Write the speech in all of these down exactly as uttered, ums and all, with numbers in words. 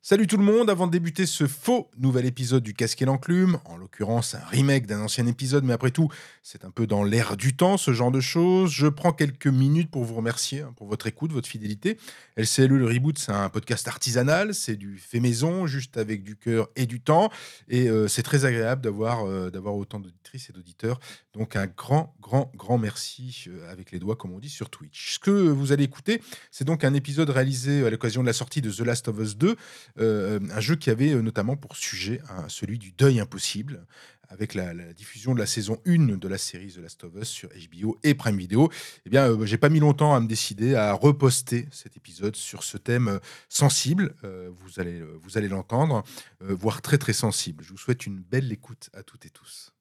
Salut tout le monde, avant de débuter ce faux nouvel épisode du Casque et l'Enclume, en l'occurrence un remake d'un ancien épisode, mais après tout, c'est un peu dans l'air du temps ce genre de choses, je prends quelques minutes pour vous remercier hein, pour votre écoute, votre fidélité. L C L E, le reboot, c'est un podcast artisanal, c'est du fait maison, juste avec du cœur et du temps, et euh, c'est très agréable d'avoir euh, d'avoir autant d'auditrices et d'auditeurs, donc un grand, grand, grand merci euh, avec les doigts, comme on dit, sur Twitch. Ce que vous allez écouter, c'est donc un épisode réalisé à l'occasion de la sortie de The Last of Us deux, euh, un jeu qui avait euh, notamment pour sujet hein, celui du deuil impossible, avec la, la diffusion de la saison un de la série The Last of Us sur H B O et Prime Video. Eh bien, euh, j'ai pas mis longtemps à me décider à reposter cet épisode sur ce thème euh, sensible. Euh, vous allez, euh, vous allez l'entendre, euh, voire très très sensible. Je vous souhaite une belle écoute à toutes et tous.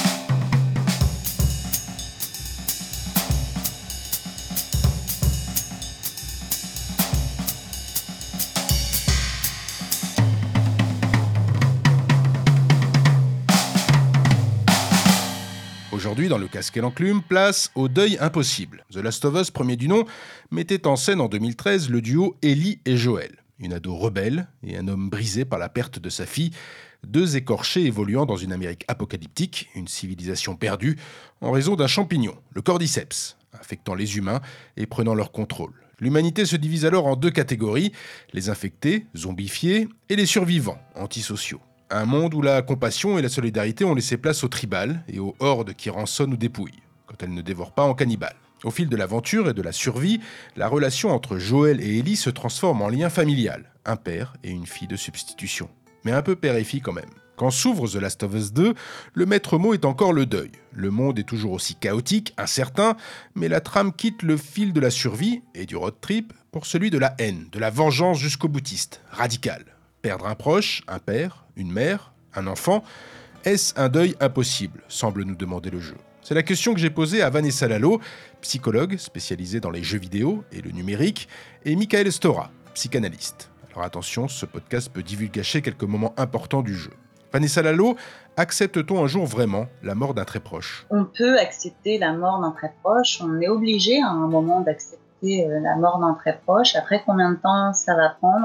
Aujourd'hui, dans le Casque et l'Enclume, place au deuil impossible. The Last of Us, premier du nom, mettait en scène en deux mille treize le duo Ellie et Joel. Une ado rebelle et un homme brisé par la perte de sa fille, deux écorchés évoluant dans une Amérique apocalyptique, une civilisation perdue, en raison d'un champignon, le cordyceps, affectant les humains et prenant leur contrôle. L'humanité se divise alors en deux catégories, les infectés, zombifiés, et les survivants, antisociaux. Un monde où la compassion et la solidarité ont laissé place au tribal et aux hordes qui rançonnent ou dépouillent, quand elles ne dévorent pas en cannibales. Au fil de l'aventure et de la survie, la relation entre Joel et Ellie se transforme en lien familial, un père et une fille de substitution. Mais un peu père et fille quand même. Quand s'ouvre The Last of Us deux, le maître mot est encore le deuil. Le monde est toujours aussi chaotique, incertain, mais la trame quitte le fil de la survie et du road trip pour celui de la haine, de la vengeance jusqu'au boutiste, radical. Perdre un proche, un père, une mère, un enfant, est-ce un deuil impossible, semble nous demander le jeu. C'est la question que j'ai posée à Vanessa Lalo, psychologue spécialisée dans les jeux vidéo et le numérique, et Michael Stora, psychanalyste. Alors attention, ce podcast peut divulgacher quelques moments importants du jeu. Vanessa Lalo, accepte-t-on un jour vraiment la mort d'un très proche ? On peut accepter la mort d'un très proche, on est obligé à un moment d'accepter la mort d'un très proche. Après combien de temps ça va prendre ?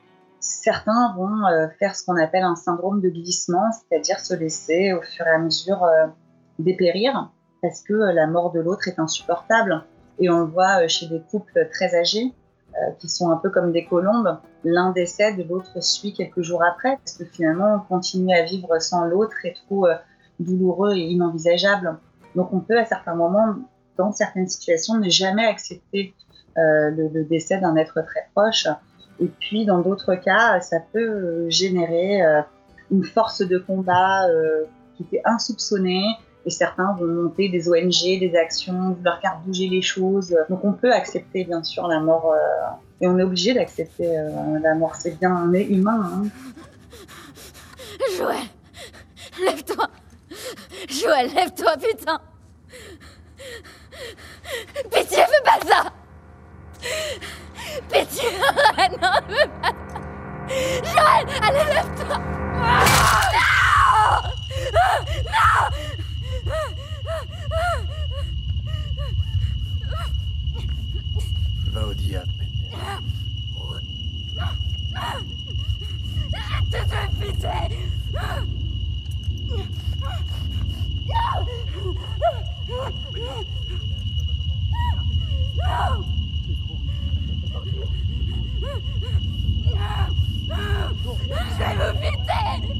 Certains vont euh, faire ce qu'on appelle un syndrome de glissement, c'est-à-dire se laisser au fur et à mesure euh, dépérir parce que euh, la mort de l'autre est insupportable. Et on le voit euh, chez des couples très âgés euh, qui sont un peu comme des colombes. L'un décède, l'autre suit quelques jours après parce que finalement, continuer à vivre sans l'autre est trop euh, douloureux et inenvisageable. Donc on peut à certains moments, dans certaines situations, ne jamais accepter euh, le, le décès d'un être très proche. Et puis, dans d'autres cas, ça peut générer euh, une force de combat euh, qui était insoupçonnée. Et certains vont monter des O N G, des actions, vouloir faire bouger les choses. Donc, on peut accepter, bien sûr, la mort. Euh, et on est obligé d'accepter euh, la mort. C'est bien, on est humain. Hein. Joël, lève-toi. Joël, lève-toi, putain. Pitié, fais pas ça. Pitié, non, fais pas ça. Joël, allez, lève-toi. Non, non. Va au diable. Je te fais pitié. Je vais vous buter.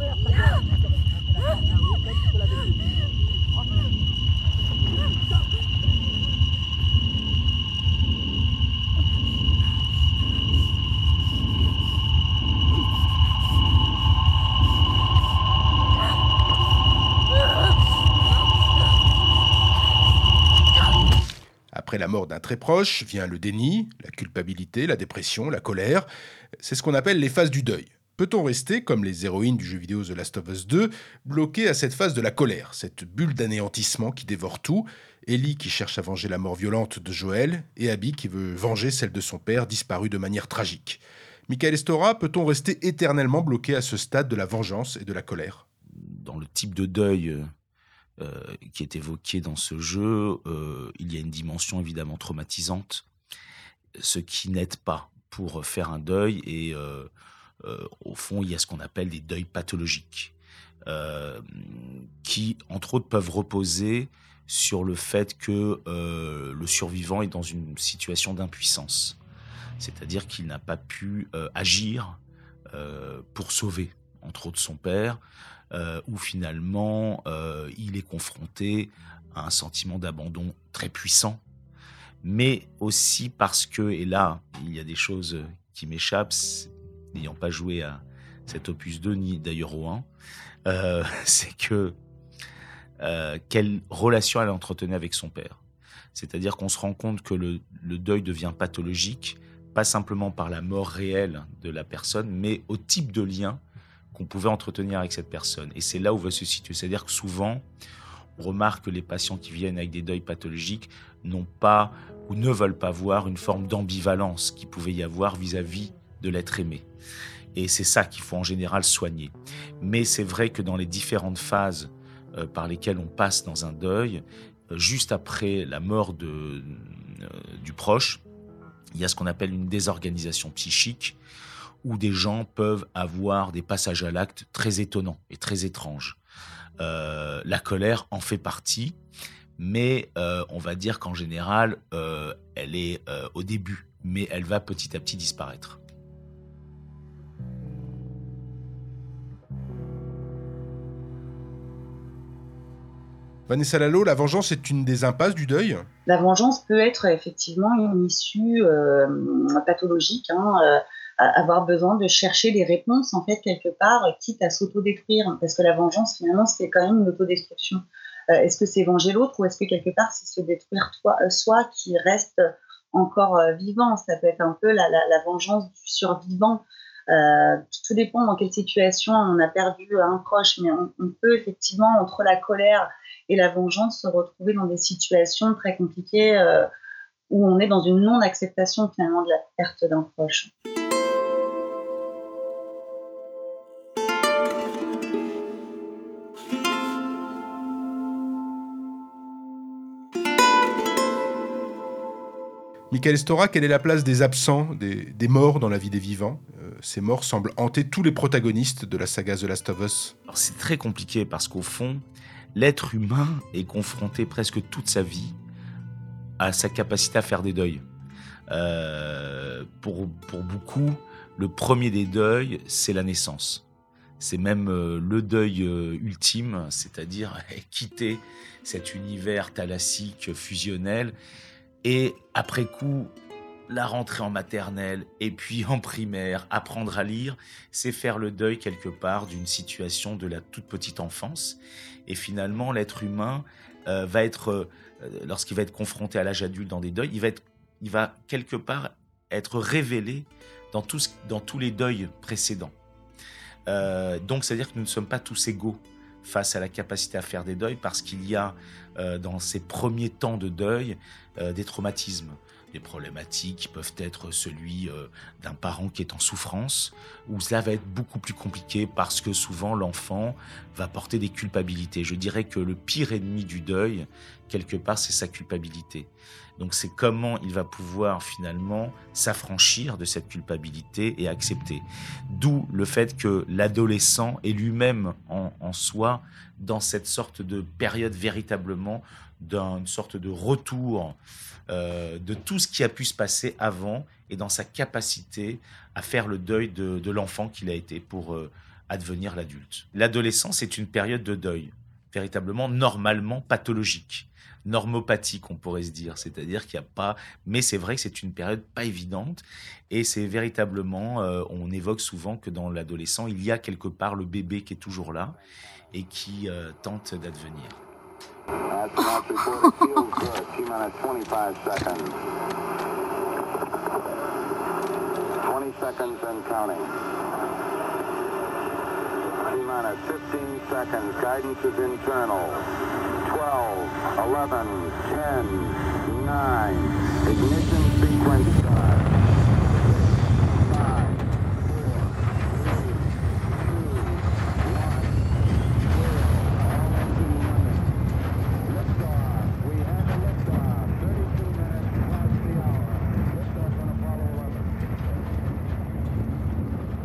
Après la mort d'un très proche, vient le déni, la culpabilité, la dépression, la colère. C'est ce qu'on appelle les phases du deuil. Peut-on rester, comme les héroïnes du jeu vidéo The Last of Us deux, bloqué à cette phase de la colère, cette bulle d'anéantissement qui dévore tout, Ellie qui cherche à venger la mort violente de Joël, et Abby qui veut venger celle de son père disparu de manière tragique. Michael Stora, peut-on rester éternellement bloqué à ce stade de la vengeance et de la colère ? Dans le type de deuil euh, qui est évoqué dans ce jeu, euh, il y a une dimension évidemment traumatisante, ce qui n'aide pas pour faire un deuil et euh, euh, au fond, il y a ce qu'on appelle des deuils pathologiques, euh, qui, entre autres, peuvent reposer sur le fait que euh, le survivant est dans une situation d'impuissance. C'est-à-dire qu'il n'a pas pu euh, agir euh, pour sauver, entre autres, son père, euh, où finalement, euh, il est confronté à un sentiment d'abandon très puissant, mais aussi parce que, et là, il y a des choses qui m'échappent, n'ayant pas joué à cet opus deux, ni d'ailleurs au un, euh, c'est que euh, quelle relation elle entretenait avec son père. C'est-à-dire qu'on se rend compte que le, le deuil devient pathologique, pas simplement par la mort réelle de la personne, mais au type de lien qu'on pouvait entretenir avec cette personne. Et c'est là où va se situer. C'est-à-dire que souvent, on remarque que les patients qui viennent avec des deuils pathologiques n'ont pas ou ne veulent pas voir une forme d'ambivalence qu'il pouvait y avoir vis-à-vis de l'être aimé. Et c'est ça qu'il faut en général soigner. Mais c'est vrai que dans les différentes phases euh, par lesquelles on passe dans un deuil, euh, juste après la mort de, euh, du proche, il y a ce qu'on appelle une désorganisation psychique, où des gens peuvent avoir des passages à l'acte très étonnants et très étranges. Euh, la colère en fait partie, mais euh, on va dire qu'en général, euh, elle est euh, au début, mais elle va petit à petit disparaître. Vanessa Lalo, la vengeance est une des impasses du deuil ? La vengeance peut être effectivement une issue euh, pathologique, hein, euh, avoir besoin de chercher des réponses, en fait, quelque part, quitte à s'autodétruire, parce que la vengeance, finalement, c'est quand même une autodestruction. Euh, est-ce que c'est venger l'autre, ou est-ce que, quelque part, c'est se détruire toi, euh, soi qui reste encore euh, vivant ? Ça peut être un peu la, la, la vengeance du survivant. Euh, tout dépend dans quelle situation on a perdu un proche, mais on, on peut effectivement, entre la colère et la vengeance, se retrouver dans des situations très compliquées euh, où on est dans une non-acceptation finalement de la perte d'un proche. Michael Estora, quelle est la place des absents, des, des morts dans la vie des vivants ? euh, Ces morts semblent hanter tous les protagonistes de la saga The Last of Us. Alors c'est très compliqué parce qu'au fond, l'être humain est confronté presque toute sa vie à sa capacité à faire des deuils. Euh, pour, pour beaucoup, le premier des deuils, c'est la naissance. C'est même euh, le deuil euh, ultime, c'est-à-dire quitter cet univers thalassique, fusionnel, et après coup, la rentrée en maternelle, et puis en primaire, apprendre à lire, c'est faire le deuil quelque part d'une situation de la toute petite enfance. Et finalement, l'être humain euh, va être, euh, lorsqu'il va être confronté à l'âge adulte dans des deuils, il va, être, il va quelque part être révélé dans, tout ce, dans tous les deuils précédents. Euh, donc, c'est-à-dire que nous ne sommes pas tous égaux face à la capacité à faire des deuils, parce qu'il y a euh, dans ces premiers temps de deuil euh, des traumatismes, des problématiques qui peuvent être celui euh, d'un parent qui est en souffrance, où cela va être beaucoup plus compliqué parce que souvent l'enfant va porter des culpabilités. Je dirais que le pire ennemi du deuil, quelque part, c'est sa culpabilité. Donc c'est comment il va pouvoir finalement s'affranchir de cette culpabilité et accepter. D'où le fait que l'adolescent est lui-même en, en soi dans cette sorte de période véritablement d'une sorte de retour euh, de tout ce qui a pu se passer avant et dans sa capacité à faire le deuil de, de l'enfant qu'il a été pour euh, advenir l'adulte. L'adolescence est une période de deuil, véritablement normalement pathologique. Normopathique, on pourrait se dire, c'est-à-dire qu'il n'y a pas, mais c'est vrai que c'est une période pas évidente, et c'est véritablement, euh, on évoque souvent que dans l'adolescent, il y a quelque part le bébé qui est toujours là et qui euh, tente d'advenir. twenty seconds and counting. T-minus fifteen seconds, guidance is internal. twelve, eleven, ten, nine, ignition sequence start. five, four, three, two, one, liftoff. We have a liftoff. thirty-two minutes past the hour. Liftoff on Apollo eleven.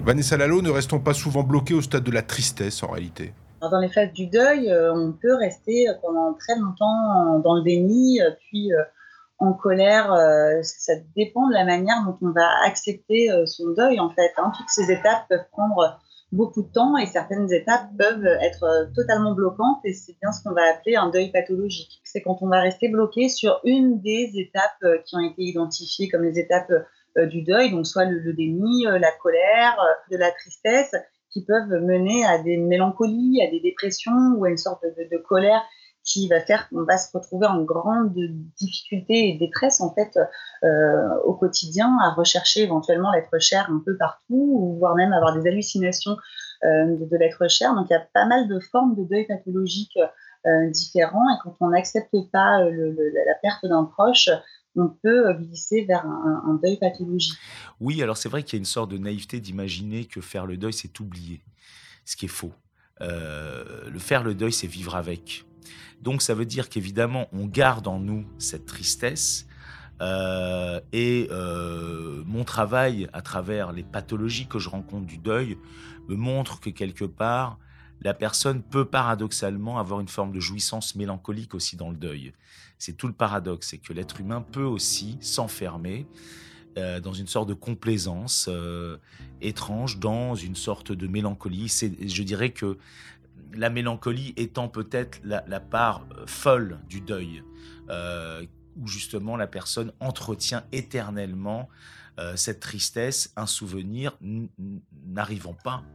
Vanessa Lalo, ne restons pas souvent bloqués au stade de la tristesse en réalité. Alors, dans les phases du deuil, euh, on peut rester pendant très longtemps dans le déni, euh, puis euh, en colère. Euh, ça dépend de la manière dont on va accepter euh, son deuil, en fait. Hein. Toutes ces étapes peuvent prendre beaucoup de temps et certaines étapes peuvent être euh, totalement bloquantes et c'est bien ce qu'on va appeler un deuil pathologique. C'est quand on va rester bloqué sur une des étapes euh, qui ont été identifiées comme les étapes euh, du deuil, donc soit le, le déni, euh, la colère, euh, de la tristesse, qui peuvent mener à des mélancolies, à des dépressions ou à une sorte de, de, de colère qui va faire qu'on va se retrouver en grande difficulté et détresse en fait euh, au quotidien, à rechercher éventuellement l'être cher un peu partout, ou voire même avoir des hallucinations euh, de, de l'être cher. Donc il y a pas mal de formes de deuil pathologique euh, différents, et quand on n'accepte pas le, le, la perte d'un proche, on peut glisser vers un, un deuil pathologique. Oui, alors c'est vrai qu'il y a une sorte de naïveté d'imaginer que faire le deuil, c'est oublier, ce qui est faux. Euh, le faire le deuil, c'est vivre avec. Donc ça veut dire qu'évidemment, on garde en nous cette tristesse, euh, et euh, mon travail à travers les pathologies que je rencontre du deuil me montre que quelque part, la personne peut paradoxalement avoir une forme de jouissance mélancolique aussi dans le deuil. C'est tout le paradoxe, c'est que l'être humain peut aussi s'enfermer euh, dans une sorte de complaisance euh, étrange, dans une sorte de mélancolie. C'est, je dirais que la mélancolie étant peut-être la, la part folle du deuil, euh, où justement la personne entretient éternellement euh, cette tristesse, un souvenir, n- n'arrivant pas,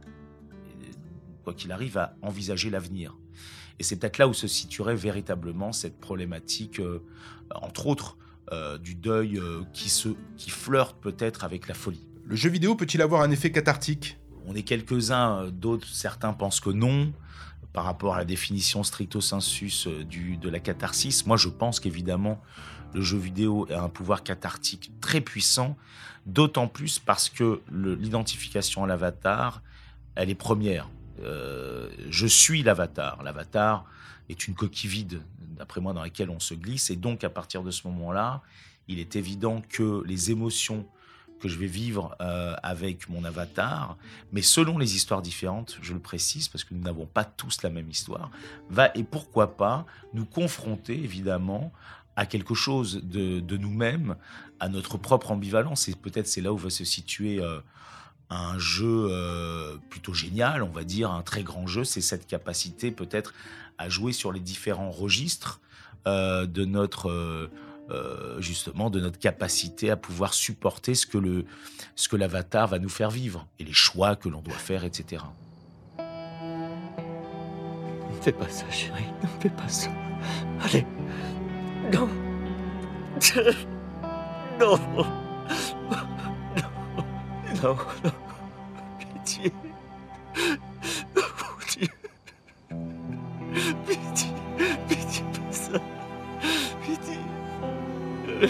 quoi qu'il arrive, à envisager l'avenir. Et c'est peut-être là où se situerait véritablement cette problématique, euh, entre autres, euh, du deuil euh, qui, se, qui flirte peut-être avec la folie. Le jeu vidéo peut-il avoir un effet cathartique ? On est quelques-uns, euh, d'autres, certains pensent que non, par rapport à la définition stricto sensus euh, du, de la catharsis. Moi, je pense qu'évidemment, le jeu vidéo a un pouvoir cathartique très puissant, d'autant plus parce que le, l'identification à l'avatar, elle est première. Euh, je suis l'avatar. L'avatar est une coquille vide, d'après moi, dans laquelle on se glisse. Et donc, à partir de ce moment-là, il est évident que les émotions que je vais vivre euh, avec mon avatar, mais selon les histoires différentes, je le précise, parce que nous n'avons pas tous la même histoire, va, et pourquoi pas, nous confronter, évidemment, à quelque chose de, de nous-mêmes, à notre propre ambivalence. Et peut-être c'est là où va se situer... Euh, un jeu euh, plutôt génial, on va dire, un très grand jeu, c'est cette capacité peut-être à jouer sur les différents registres euh, de notre euh, euh, justement de notre capacité à pouvoir supporter ce que le ce que l'avatar va nous faire vivre et les choix que l'on doit faire, et cetera. Ne fais pas ça, chérie, ne fais pas ça. Allez, non, non. Non, non, pitié. Mon Dieu. Pitié, pitié, pas ça. Pitié. Euh,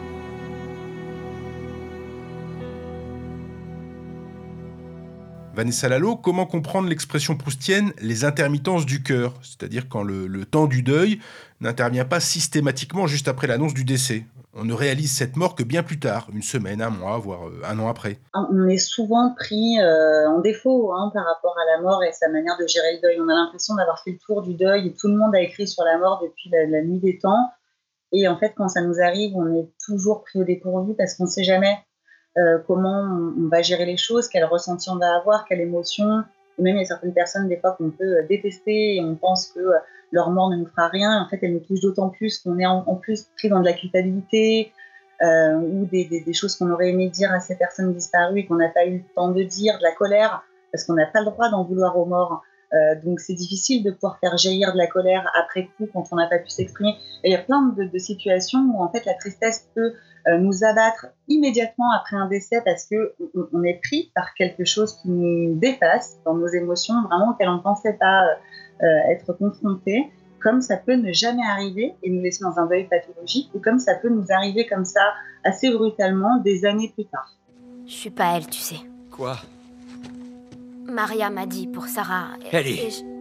Vanessa Lalo, comment comprendre l'expression proustienne « les intermittences du cœur », c'est-à-dire quand le, le temps du deuil n'intervient pas systématiquement juste après l'annonce du décès. On ne réalise cette mort que bien plus tard, une semaine, un mois, voire un an après. On est souvent pris euh, en défaut hein, par rapport à la mort et sa manière de gérer le deuil. On a l'impression d'avoir fait le tour du deuil et tout le monde a écrit sur la mort depuis la, la nuit des temps. Et en fait, quand ça nous arrive, on est toujours pris au dépourvu parce qu'on ne sait jamais euh, comment on, on va gérer les choses, quel ressenti on va avoir, quelle émotion. Et même il y a certaines personnes, des fois, qu'on peut détester et on pense que euh, leur mort ne nous fera rien. En fait, elle nous touche d'autant plus qu'on est en, en plus pris dans de la culpabilité euh, ou des, des, des choses qu'on aurait aimé dire à ces personnes disparues et qu'on n'a pas eu le temps de dire, de la colère, parce qu'on n'a pas le droit d'en vouloir aux morts. Euh, donc c'est difficile de pouvoir faire jaillir de la colère après coup quand on n'a pas pu s'exprimer. Et il y a plein de, de situations où en fait la tristesse peut euh, nous abattre immédiatement après un décès parce que on, on est pris par quelque chose qui nous dépasse dans nos émotions, vraiment auxquelles on ne pensait pas euh, être confronté, comme ça peut ne jamais arriver et nous laisser dans un deuil pathologique, ou comme ça peut nous arriver comme ça assez brutalement des années plus tard. Je suis pas elle, tu sais. Quoi? Maria m'a dit pour Sarah. et- Ellie. et je-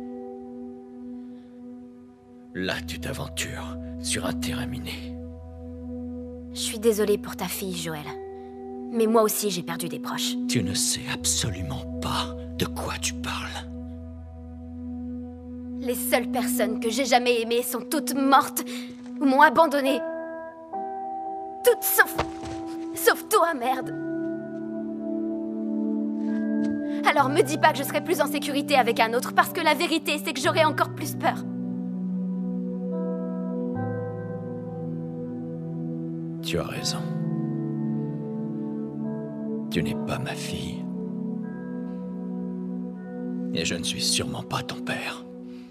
Là, tu t'aventures sur un terrain miné. Je suis désolée pour ta fille, Joël. Mais moi aussi, j'ai perdu des proches. Tu ne sais absolument pas de quoi tu parles. Les seules personnes que j'ai jamais aimées sont toutes mortes ou m'ont abandonnée. Toutes sauf... sauf toi, merde. Alors me dis pas que je serai plus en sécurité avec un autre, parce que la vérité, c'est que j'aurai encore plus peur. Tu as raison. Tu n'es pas ma fille. Et je ne suis sûrement pas ton père.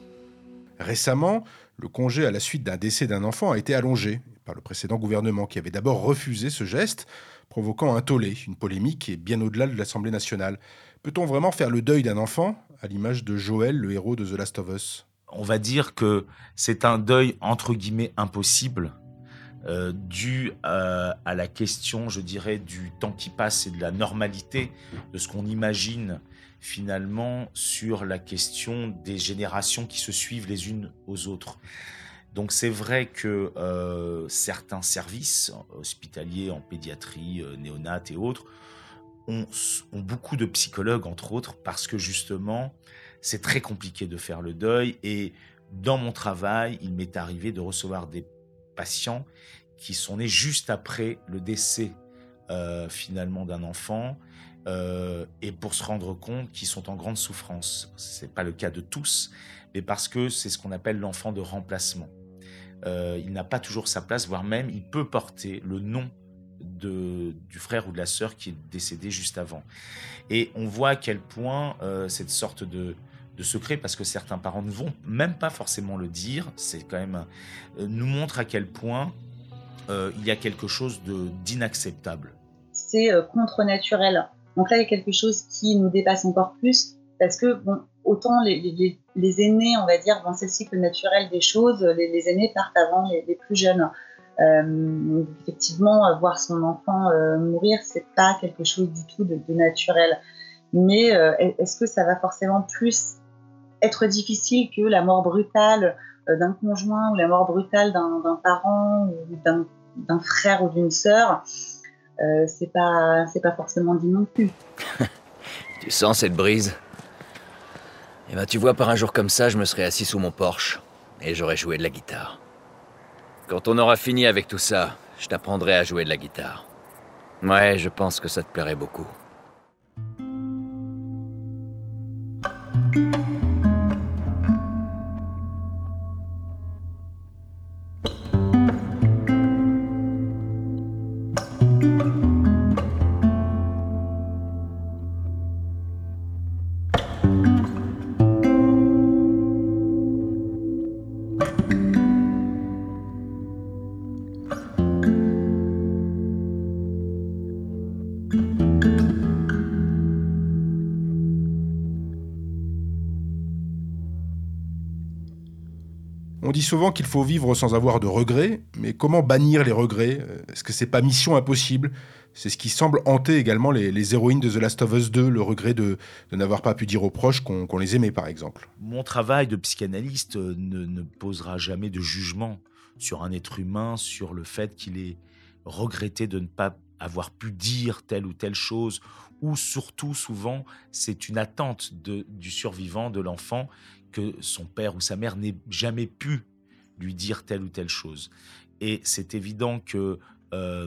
Récemment, le congé à la suite d'un décès d'un enfant a été allongé par le précédent gouvernement qui avait d'abord refusé ce geste, provoquant un tollé, une polémique qui est bien au-delà de l'Assemblée nationale. Peut-on vraiment faire le deuil d'un enfant, à l'image de Joel, le héros de The Last of Us ? On va dire que c'est un deuil entre guillemets impossible, euh, dû euh, à la question, je dirais, du temps qui passe et de la normalité de ce qu'on imagine finalement sur la question des générations qui se suivent les unes aux autres. Donc c'est vrai que euh, certains services hospitaliers en pédiatrie, euh, néonat et autres ont, ont beaucoup de psychologues, entre autres, parce que justement, c'est très compliqué de faire le deuil. Et dans mon travail, il m'est arrivé de recevoir des patients qui sont nés juste après le décès euh, finalement d'un enfant, euh, et pour se rendre compte qu'ils sont en grande souffrance. Ce n'est pas le cas de tous, mais parce que c'est ce qu'on appelle l'enfant de remplacement. Euh, il n'a pas toujours sa place, voire même il peut porter le nom de, du frère ou de la sœur qui est décédé juste avant. Et on voit à quel point euh, cette sorte de, de secret, parce que certains parents ne vont même pas forcément le dire, c'est quand même euh, nous montre à quel point euh, il y a quelque chose de, d'inacceptable. C'est euh, contre-naturel. Donc là, il y a quelque chose qui nous dépasse encore plus, parce que bon, autant les, les, les aînés, on va dire, dans ce cycle naturel des choses, les, les aînés partent avant les, les plus jeunes. Euh, effectivement, voir son enfant euh, mourir, c'est pas quelque chose du tout de, de naturel. Mais euh, est-ce que ça va forcément plus être difficile que la mort brutale euh, d'un conjoint ou la mort brutale d'un, d'un parent ou d'un, d'un frère ou d'une sœur? Euh, c'est pas, c'est pas forcément dit non plus. Tu sens cette brise ? Eh ben, tu vois, par un jour comme ça, je me serais assis sous mon Porsche et j'aurais joué de la guitare. Quand on aura fini avec tout ça, je t'apprendrai à jouer de la guitare. Ouais, je pense que ça te plairait beaucoup. On dit souvent qu'il faut vivre sans avoir de regrets, mais comment bannir les regrets ? Est-ce que c'est pas mission impossible ? C'est ce qui semble hanter également les, les héroïnes de The Last of Us deux, le regret de, de n'avoir pas pu dire aux proches qu'on, qu'on les aimait, par exemple. Mon travail de psychanalyste ne, ne posera jamais de jugement sur un être humain, sur le fait qu'il ait regretté de ne pas avoir pu dire telle ou telle chose, ou surtout, souvent, c'est une attente de, du survivant, de l'enfant, que son père ou sa mère n'ait jamais pu lui dire telle ou telle chose. Et c'est évident que euh,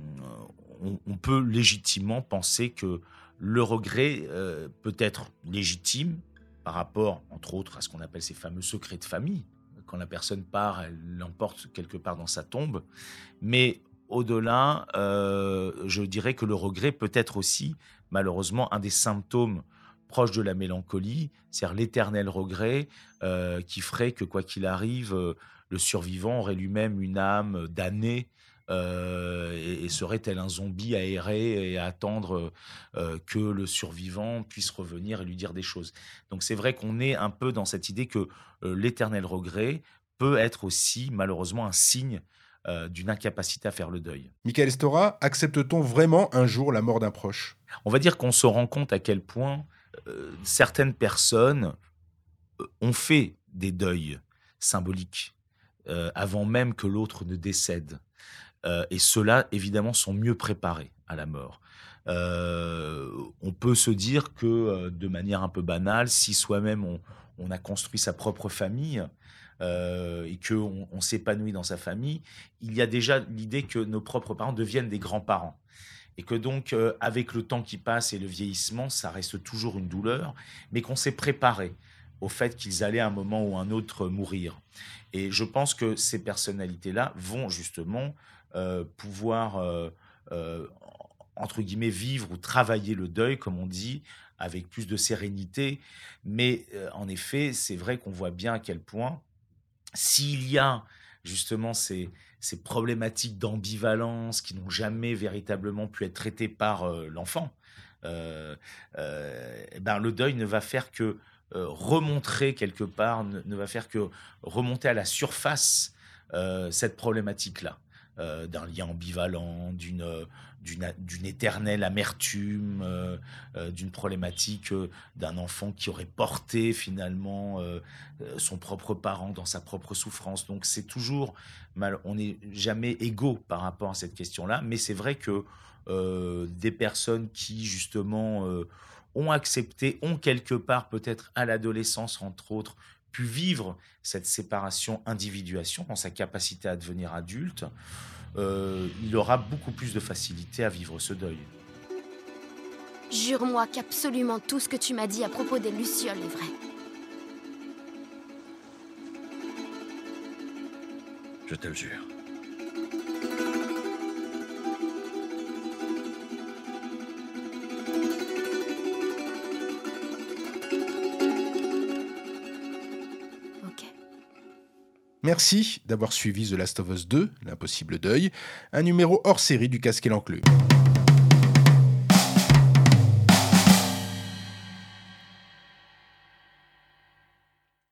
on, on peut légitimement penser que le regret euh, peut être légitime par rapport, entre autres, à ce qu'on appelle ces fameux secrets de famille. Quand la personne part, elle l'emporte quelque part dans sa tombe. Mais au-delà, euh, je dirais que le regret peut être aussi, malheureusement, un des symptômes proche de la mélancolie, c'est-à-dire l'éternel regret euh, qui ferait que, quoi qu'il arrive, euh, le survivant aurait lui-même une âme damnée euh, et, et serait tel un zombie à errer et à attendre euh, que le survivant puisse revenir et lui dire des choses. Donc c'est vrai qu'on est un peu dans cette idée que euh, l'éternel regret peut être aussi, malheureusement, un signe euh, d'une incapacité à faire le deuil. Michael Stora, accepte-t-on vraiment un jour la mort d'un proche ? On va dire qu'on se rend compte à quel point Euh, certaines personnes euh, ont fait des deuils symboliques euh, avant même que l'autre ne décède. Euh, et ceux-là, évidemment, sont mieux préparés à la mort. Euh, on peut se dire que, euh, de manière un peu banale, si soi-même on, on a construit sa propre famille euh, et qu'on on s'épanouit dans sa famille, il y a déjà l'idée que nos propres parents deviennent des grands-parents. Et que donc, euh, avec le temps qui passe et le vieillissement, ça reste toujours une douleur, mais qu'on s'est préparé au fait qu'ils allaient à un moment ou un autre mourir. Et je pense que ces personnalités-là vont justement euh, pouvoir, euh, euh, entre guillemets, vivre ou travailler le deuil, comme on dit, avec plus de sérénité. Mais euh, en effet, c'est vrai qu'on voit bien à quel point, s'il y a justement ces, ces problématiques d'ambivalence qui n'ont jamais véritablement pu être traitées par euh, l'enfant, euh, euh, eh ben, le deuil ne va faire que euh, remontrer quelque part, ne, ne va faire que remonter à la surface euh, cette problématique-là, euh, d'un lien ambivalent, d'une, d'une, d'une éternelle amertume, euh, euh, d'une problématique euh, d'un enfant qui aurait porté finalement euh, euh, son propre parent dans sa propre souffrance. Donc c'est toujours mal, on n'est jamais égaux par rapport à cette question-là, mais c'est vrai que euh, des personnes qui justement euh, ont accepté, ont quelque part peut-être à l'adolescence entre autres, pu vivre cette séparation individuation dans sa capacité à devenir adulte, euh, il aura beaucoup plus de facilité à vivre ce deuil. Jure-moi qu'absolument tout ce que tu m'as dit à propos des Lucioles est vrai. Je te le jure. Ok. Merci d'avoir suivi The Last of Us deux, l'impossible deuil, un numéro hors série du Casque et l'Enclume.